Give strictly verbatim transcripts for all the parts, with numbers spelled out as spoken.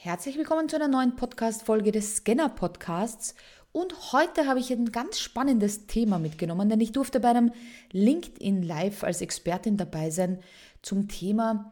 Herzlich willkommen zu einer neuen Podcast-Folge des Scanner-Podcasts. Und heute habe ich ein ganz spannendes Thema mitgenommen, denn ich durfte bei einem LinkedIn Live als Expertin dabei sein zum Thema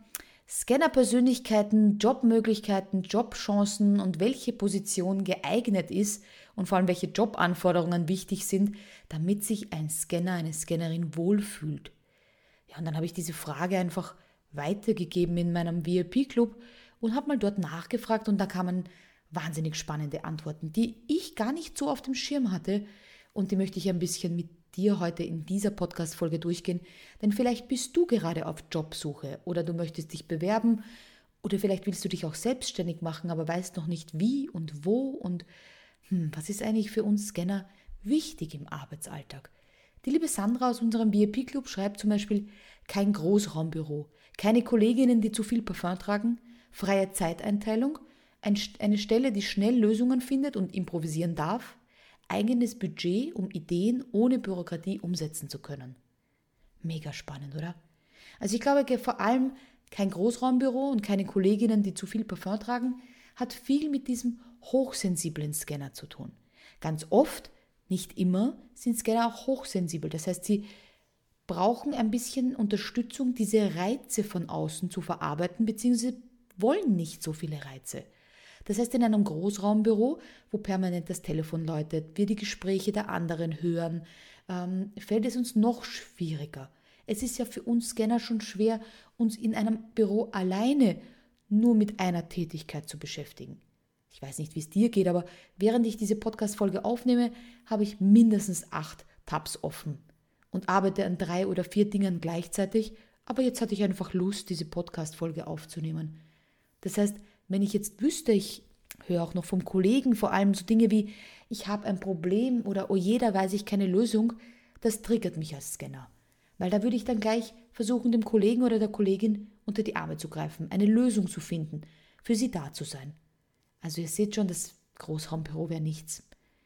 Scanner-Persönlichkeiten, Jobmöglichkeiten, Jobchancen und welche Position geeignet ist und vor allem welche Jobanforderungen wichtig sind, damit sich ein Scanner, eine Scannerin wohlfühlt. Ja, und dann habe ich diese Frage einfach weitergegeben in meinem V I P-Club und habe mal dort nachgefragt und da kamen wahnsinnig spannende Antworten, die ich gar nicht so auf dem Schirm hatte und die möchte ich ein bisschen mit dir heute in dieser Podcast-Folge durchgehen, denn vielleicht bist du gerade auf Jobsuche oder du möchtest dich bewerben oder vielleicht willst du dich auch selbstständig machen, aber weißt noch nicht wie und wo und hm, was ist eigentlich für uns Scanner wichtig im Arbeitsalltag. Die liebe Sandra aus unserem V I P-Club schreibt zum Beispiel: kein Großraumbüro, keine Kolleginnen, die zu viel Parfum tragen, freie Zeiteinteilung, ein, eine Stelle, die schnell Lösungen findet und improvisieren darf, eigenes Budget, um Ideen ohne Bürokratie umsetzen zu können. Mega spannend, oder? Also ich glaube, vor allem kein Großraumbüro und keine Kolleginnen, die zu viel Parfum tragen, hat viel mit diesem hochsensiblen Scanner zu tun. Ganz oft, nicht immer, sind Scanner auch hochsensibel. Das heißt, sie brauchen ein bisschen Unterstützung, diese Reize von außen zu verarbeiten, beziehungsweise wollen nicht so viele Reize. Das heißt, in einem Großraumbüro, wo permanent das Telefon läutet, wir die Gespräche der anderen hören, ähm, fällt es uns noch schwieriger. Es ist ja für uns Scanner schon schwer, uns in einem Büro alleine nur mit einer Tätigkeit zu beschäftigen. Ich weiß nicht, wie es dir geht, aber während ich diese Podcast-Folge aufnehme, habe ich mindestens acht Tabs offen und arbeite an drei oder vier Dingen gleichzeitig, aber jetzt hatte ich einfach Lust, diese Podcast-Folge aufzunehmen. Das heißt, wenn ich jetzt wüsste, ich höre auch noch vom Kollegen vor allem so Dinge wie, ich habe ein Problem oder oh je, da weiß ich keine Lösung, das triggert mich als Scanner. Weil da würde ich dann gleich versuchen, dem Kollegen oder der Kollegin unter die Arme zu greifen, eine Lösung zu finden, für sie da zu sein. Also ihr seht schon, das Großraumbüro wäre nichts.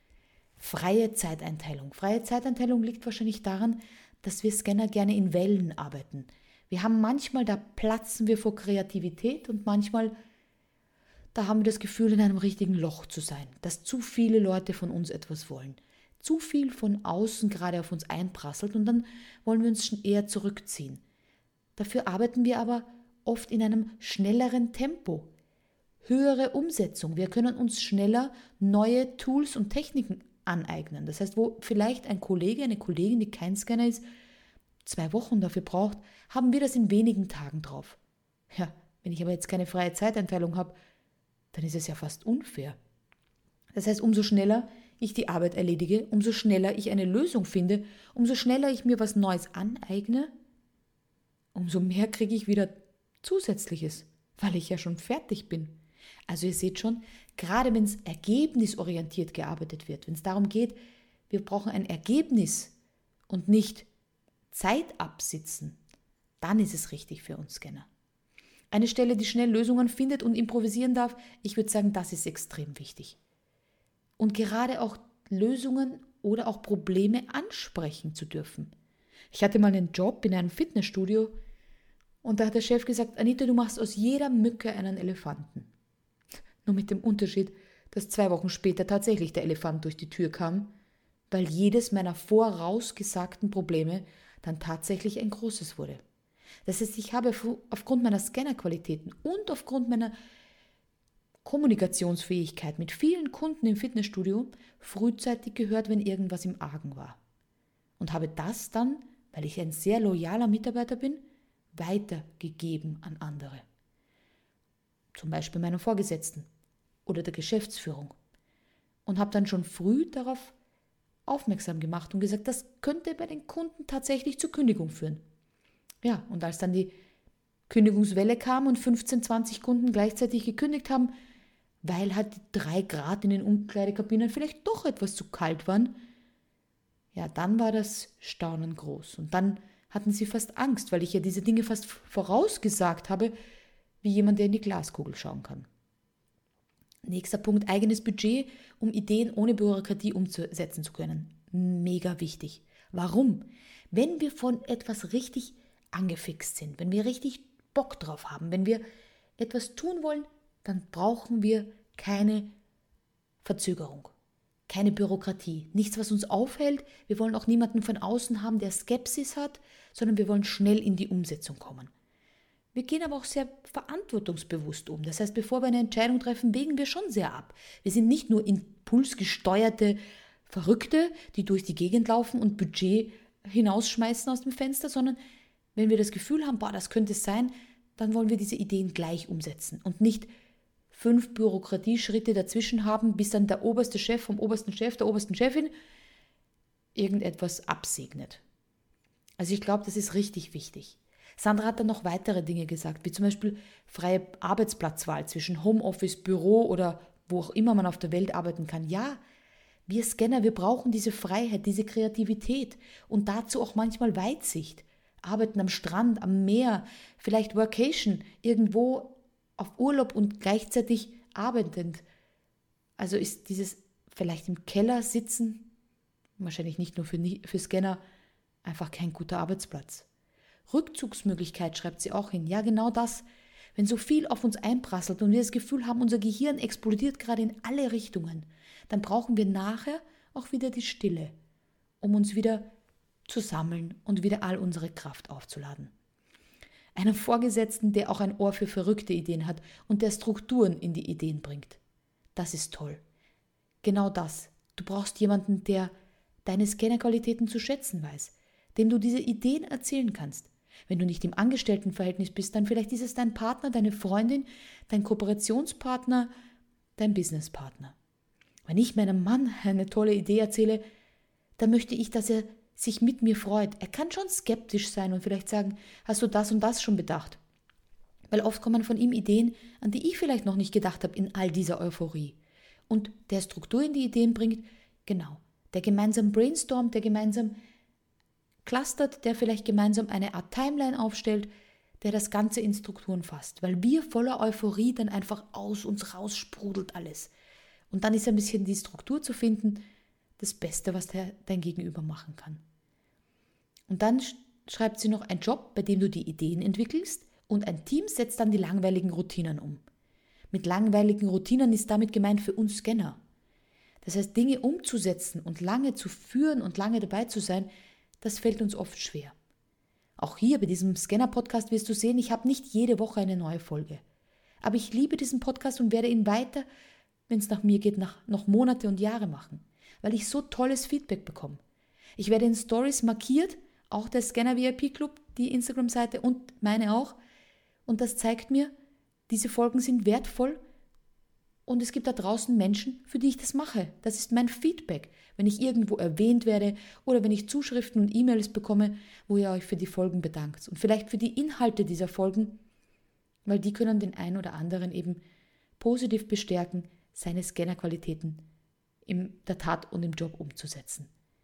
Freie Zeiteinteilung. Freie Zeiteinteilung liegt wahrscheinlich daran, dass wir Scanner gerne in Wellen arbeiten. Wir haben manchmal, da platzen wir vor Kreativität und manchmal, da haben wir das Gefühl, in einem richtigen Loch zu sein, dass zu viele Leute von uns etwas wollen. Zu viel von außen gerade auf uns einprasselt und dann wollen wir uns schon eher zurückziehen. Dafür arbeiten wir aber oft in einem schnelleren Tempo. Höhere Umsetzung. Wir können uns schneller neue Tools und Techniken aneignen. Das heißt, wo vielleicht ein Kollege, eine Kollegin, die kein Scanner ist, zwei Wochen dafür braucht, haben wir das in wenigen Tagen drauf. Ja, wenn ich aber jetzt keine freie Zeiteinteilung habe, dann ist es ja fast unfair. Das heißt, umso schneller ich die Arbeit erledige, umso schneller ich eine Lösung finde, umso schneller ich mir was Neues aneigne, umso mehr kriege ich wieder Zusätzliches, weil ich ja schon fertig bin. Also ihr seht schon, gerade wenn es ergebnisorientiert gearbeitet wird, wenn es darum geht, wir brauchen ein Ergebnis und nicht Zeit absitzen, dann ist es richtig für uns Scanner. Eine Stelle, die schnell Lösungen findet und improvisieren darf, ich würde sagen, das ist extrem wichtig. Und gerade auch Lösungen oder auch Probleme ansprechen zu dürfen. Ich hatte mal einen Job in einem Fitnessstudio und da hat der Chef gesagt, Anita, du machst aus jeder Mücke einen Elefanten. Nur mit dem Unterschied, dass zwei Wochen später tatsächlich der Elefant durch die Tür kam, weil jedes meiner vorausgesagten Probleme dann tatsächlich ein großes wurde. Das heißt, ich habe aufgrund meiner Scannerqualitäten und aufgrund meiner Kommunikationsfähigkeit mit vielen Kunden im Fitnessstudio frühzeitig gehört, wenn irgendwas im Argen war. Und habe das dann, weil ich ein sehr loyaler Mitarbeiter bin, weitergegeben an andere. Zum Beispiel meinen Vorgesetzten oder der Geschäftsführung. Und habe dann schon früh darauf aufmerksam gemacht und gesagt, das könnte bei den Kunden tatsächlich zur Kündigung führen. Ja, und als dann die Kündigungswelle kam und fünfzehn, zwanzig Kunden gleichzeitig gekündigt haben, weil halt die drei Grad in den Umkleidekabinen vielleicht doch etwas zu kalt waren, ja, dann war das Staunen groß. Und dann hatten sie fast Angst, weil ich ja diese Dinge fast vorausgesagt habe, wie jemand, der in die Glaskugel schauen kann. Nächster Punkt, eigenes Budget, um Ideen ohne Bürokratie umzusetzen zu können. Mega wichtig. Warum? Wenn wir von etwas richtig angefixt sind, wenn wir richtig Bock drauf haben, wenn wir etwas tun wollen, dann brauchen wir keine Verzögerung, keine Bürokratie, nichts, was uns aufhält. Wir wollen auch niemanden von außen haben, der Skepsis hat, sondern wir wollen schnell in die Umsetzung kommen. Wir gehen aber auch sehr verantwortungsbewusst um. Das heißt, bevor wir eine Entscheidung treffen, wägen wir schon sehr ab. Wir sind nicht nur impulsgesteuerte Verrückte, die durch die Gegend laufen und Budget hinausschmeißen aus dem Fenster, sondern wenn wir das Gefühl haben, boah, das könnte es sein, dann wollen wir diese Ideen gleich umsetzen und nicht fünf Bürokratieschritte dazwischen haben, bis dann der oberste Chef vom obersten Chef, der obersten Chefin irgendetwas absegnet. Also ich glaube, das ist richtig wichtig. Sandra hat dann noch weitere Dinge gesagt, wie zum Beispiel freie Arbeitsplatzwahl zwischen Homeoffice, Büro oder wo auch immer man auf der Welt arbeiten kann. Ja, wir Scanner, wir brauchen diese Freiheit, diese Kreativität und dazu auch manchmal Weitsicht. Arbeiten am Strand, am Meer, vielleicht Workation, irgendwo auf Urlaub und gleichzeitig arbeitend. Also ist dieses vielleicht im Keller sitzen, wahrscheinlich nicht nur für, für Scanner, einfach kein guter Arbeitsplatz. Rückzugsmöglichkeit schreibt sie auch hin. Ja, genau das. Wenn so viel auf uns einprasselt und wir das Gefühl haben, unser Gehirn explodiert gerade in alle Richtungen, dann brauchen wir nachher auch wieder die Stille, um uns wieder zu sammeln und wieder all unsere Kraft aufzuladen. Einen Vorgesetzten, der auch ein Ohr für verrückte Ideen hat und der Strukturen in die Ideen bringt. Das ist toll. Genau das. Du brauchst jemanden, der deine Scannerqualitäten zu schätzen weiß, dem du diese Ideen erzählen kannst. Wenn du nicht im Angestelltenverhältnis bist, dann vielleicht ist es dein Partner, deine Freundin, dein Kooperationspartner, dein Businesspartner. Wenn ich meinem Mann eine tolle Idee erzähle, dann möchte ich, dass er sich mit mir freut. Er kann schon skeptisch sein und vielleicht sagen, hast du das und das schon bedacht? Weil oft kommen von ihm Ideen, an die ich vielleicht noch nicht gedacht habe in all dieser Euphorie. Und der Struktur in die Ideen bringt, genau, der gemeinsam brainstormt, der gemeinsam clustert, der vielleicht gemeinsam eine Art Timeline aufstellt, der das Ganze in Strukturen fasst. Weil wir voller Euphorie dann einfach aus uns raussprudelt alles. Und dann ist ein bisschen die Struktur zu finden, das Beste, was der, dein Gegenüber machen kann. Und dann schreibt sie noch, ein Job, bei dem du die Ideen entwickelst und ein Team setzt dann die langweiligen Routinen um. Mit langweiligen Routinen ist damit gemeint für uns Scanner. Das heißt, Dinge umzusetzen und lange zu führen und lange dabei zu sein, das fällt uns oft schwer. Auch hier bei diesem Scanner-Podcast wirst du sehen, ich habe nicht jede Woche eine neue Folge. Aber ich liebe diesen Podcast und werde ihn weiter, wenn es nach mir geht, nach, noch Monate und Jahre machen, weil ich so tolles Feedback bekomme. Ich werde in Stories markiert, auch der Scanner V I P Club, die Instagram-Seite und meine auch. Und das zeigt mir, diese Folgen sind wertvoll und es gibt da draußen Menschen, für die ich das mache. Das ist mein Feedback, wenn ich irgendwo erwähnt werde oder wenn ich Zuschriften und E-Mails bekomme, wo ihr euch für die Folgen bedankt. Und vielleicht für die Inhalte dieser Folgen, weil die können den einen oder anderen eben positiv bestärken, seine Scannerqualitäten in der Tat und im Job umzusetzen.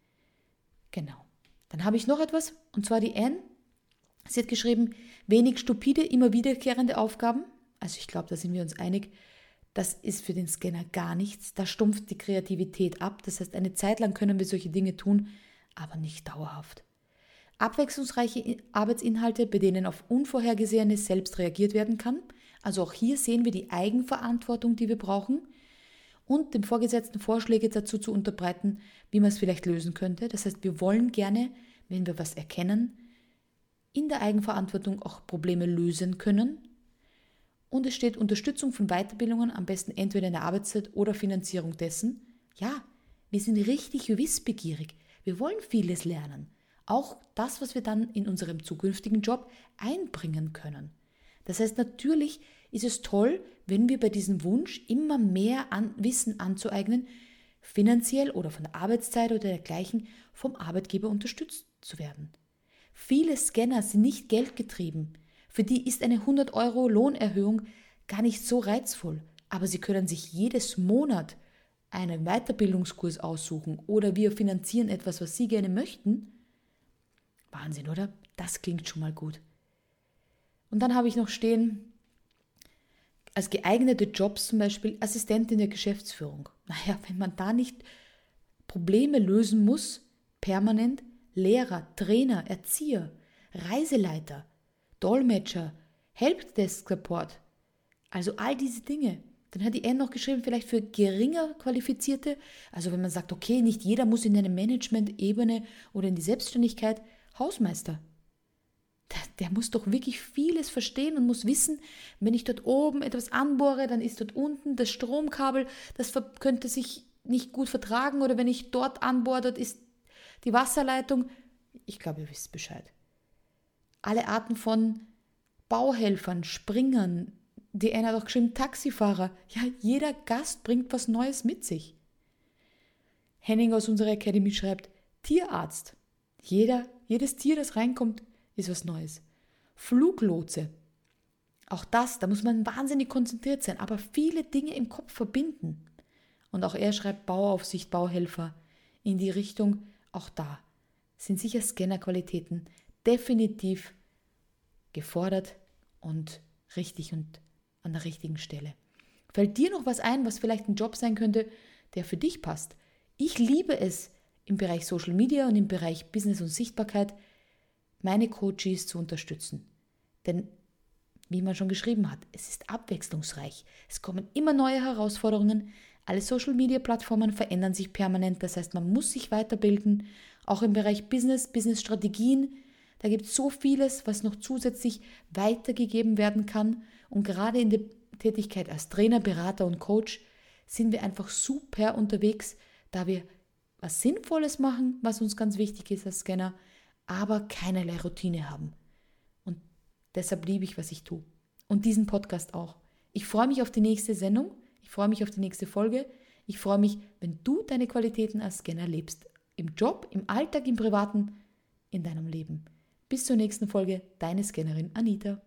Genau. Dann habe ich noch etwas, und zwar die Anne. Sie hat geschrieben, wenig stupide, immer wiederkehrende Aufgaben. Also ich glaube, da sind wir uns einig, das ist für den Scanner gar nichts. Da stumpft die Kreativität ab. Das heißt, eine Zeit lang können wir solche Dinge tun, aber nicht dauerhaft. Abwechslungsreiche Arbeitsinhalte, bei denen auf Unvorhergesehenes selbst reagiert werden kann. Also auch hier sehen wir die Eigenverantwortung, die wir brauchen. Und dem Vorgesetzten Vorschläge dazu zu unterbreiten, wie man es vielleicht lösen könnte. Das heißt, wir wollen gerne, wenn wir was erkennen, in der Eigenverantwortung auch Probleme lösen können. Und es steht Unterstützung von Weiterbildungen, am besten entweder in der Arbeitszeit oder Finanzierung dessen. Ja, wir sind richtig wissbegierig. Wir wollen vieles lernen. Auch das, was wir dann in unserem zukünftigen Job einbringen können. Das heißt, natürlich ist es toll, wenn wir bei diesem Wunsch, immer mehr an Wissen anzueignen, finanziell oder von der Arbeitszeit oder dergleichen vom Arbeitgeber unterstützt zu werden. Viele Scanner sind nicht geldgetrieben. Für die ist eine hundert Euro Lohnerhöhung gar nicht so reizvoll. Aber sie können sich jedes Monat einen Weiterbildungskurs aussuchen oder wir finanzieren etwas, was sie gerne möchten. Wahnsinn, oder? Das klingt schon mal gut. Und dann habe ich noch stehen, als geeignete Jobs zum Beispiel Assistentin der Geschäftsführung. Naja, wenn man da nicht Probleme lösen muss, permanent Lehrer, Trainer, Erzieher, Reiseleiter, Dolmetscher, Helpdesk-Support. Also all diese Dinge. Dann hat die Anne noch geschrieben, vielleicht für geringer Qualifizierte, also wenn man sagt, okay, nicht jeder muss in eine Management-Ebene oder in die Selbstständigkeit, Hausmeister. Der, der muss doch wirklich vieles verstehen und muss wissen, wenn ich dort oben etwas anbohre, dann ist dort unten das Stromkabel, das könnte sich nicht gut vertragen, oder wenn ich dort anbohre, dort ist die Wasserleitung. Ich glaube, ihr wisst Bescheid. Alle Arten von Bauhelfern, Springern, die eine hat auch geschrieben, Taxifahrer. Ja, jeder Gast bringt was Neues mit sich. Henning aus unserer Academy schreibt, Tierarzt. Jeder, jedes Tier, das reinkommt, ist was Neues. Fluglotse. Auch das, da muss man wahnsinnig konzentriert sein, aber viele Dinge im Kopf verbinden. Und auch er schreibt Bauaufsicht, Bauhelfer. In die Richtung, auch da sind sicher Scannerqualitäten definitiv gefordert und richtig und an der richtigen Stelle. Fällt dir noch was ein, was vielleicht ein Job sein könnte, der für dich passt? Ich liebe es, im Bereich Social Media und im Bereich Business und Sichtbarkeit meine Coaches zu unterstützen. Denn, wie man schon geschrieben hat, es ist abwechslungsreich. Es kommen immer neue Herausforderungen. Alle Social Media Plattformen verändern sich permanent. Das heißt, man muss sich weiterbilden. Auch im Bereich Business, Business-Strategien. Da gibt es so vieles, was noch zusätzlich weitergegeben werden kann. Und gerade in der Tätigkeit als Trainer, Berater und Coach sind wir einfach super unterwegs, da wir was Sinnvolles machen, was uns ganz wichtig ist als Scanner, aber keinerlei Routine haben. Und deshalb liebe ich, was ich tue. Und diesen Podcast auch. Ich freue mich auf die nächste Sendung. Ich freue mich auf die nächste Folge. Ich freue mich, wenn du deine Qualitäten als Scanner lebst. Im Job, im Alltag, im Privaten, in deinem Leben. Bis zur nächsten Folge, deine Scannerin Anita.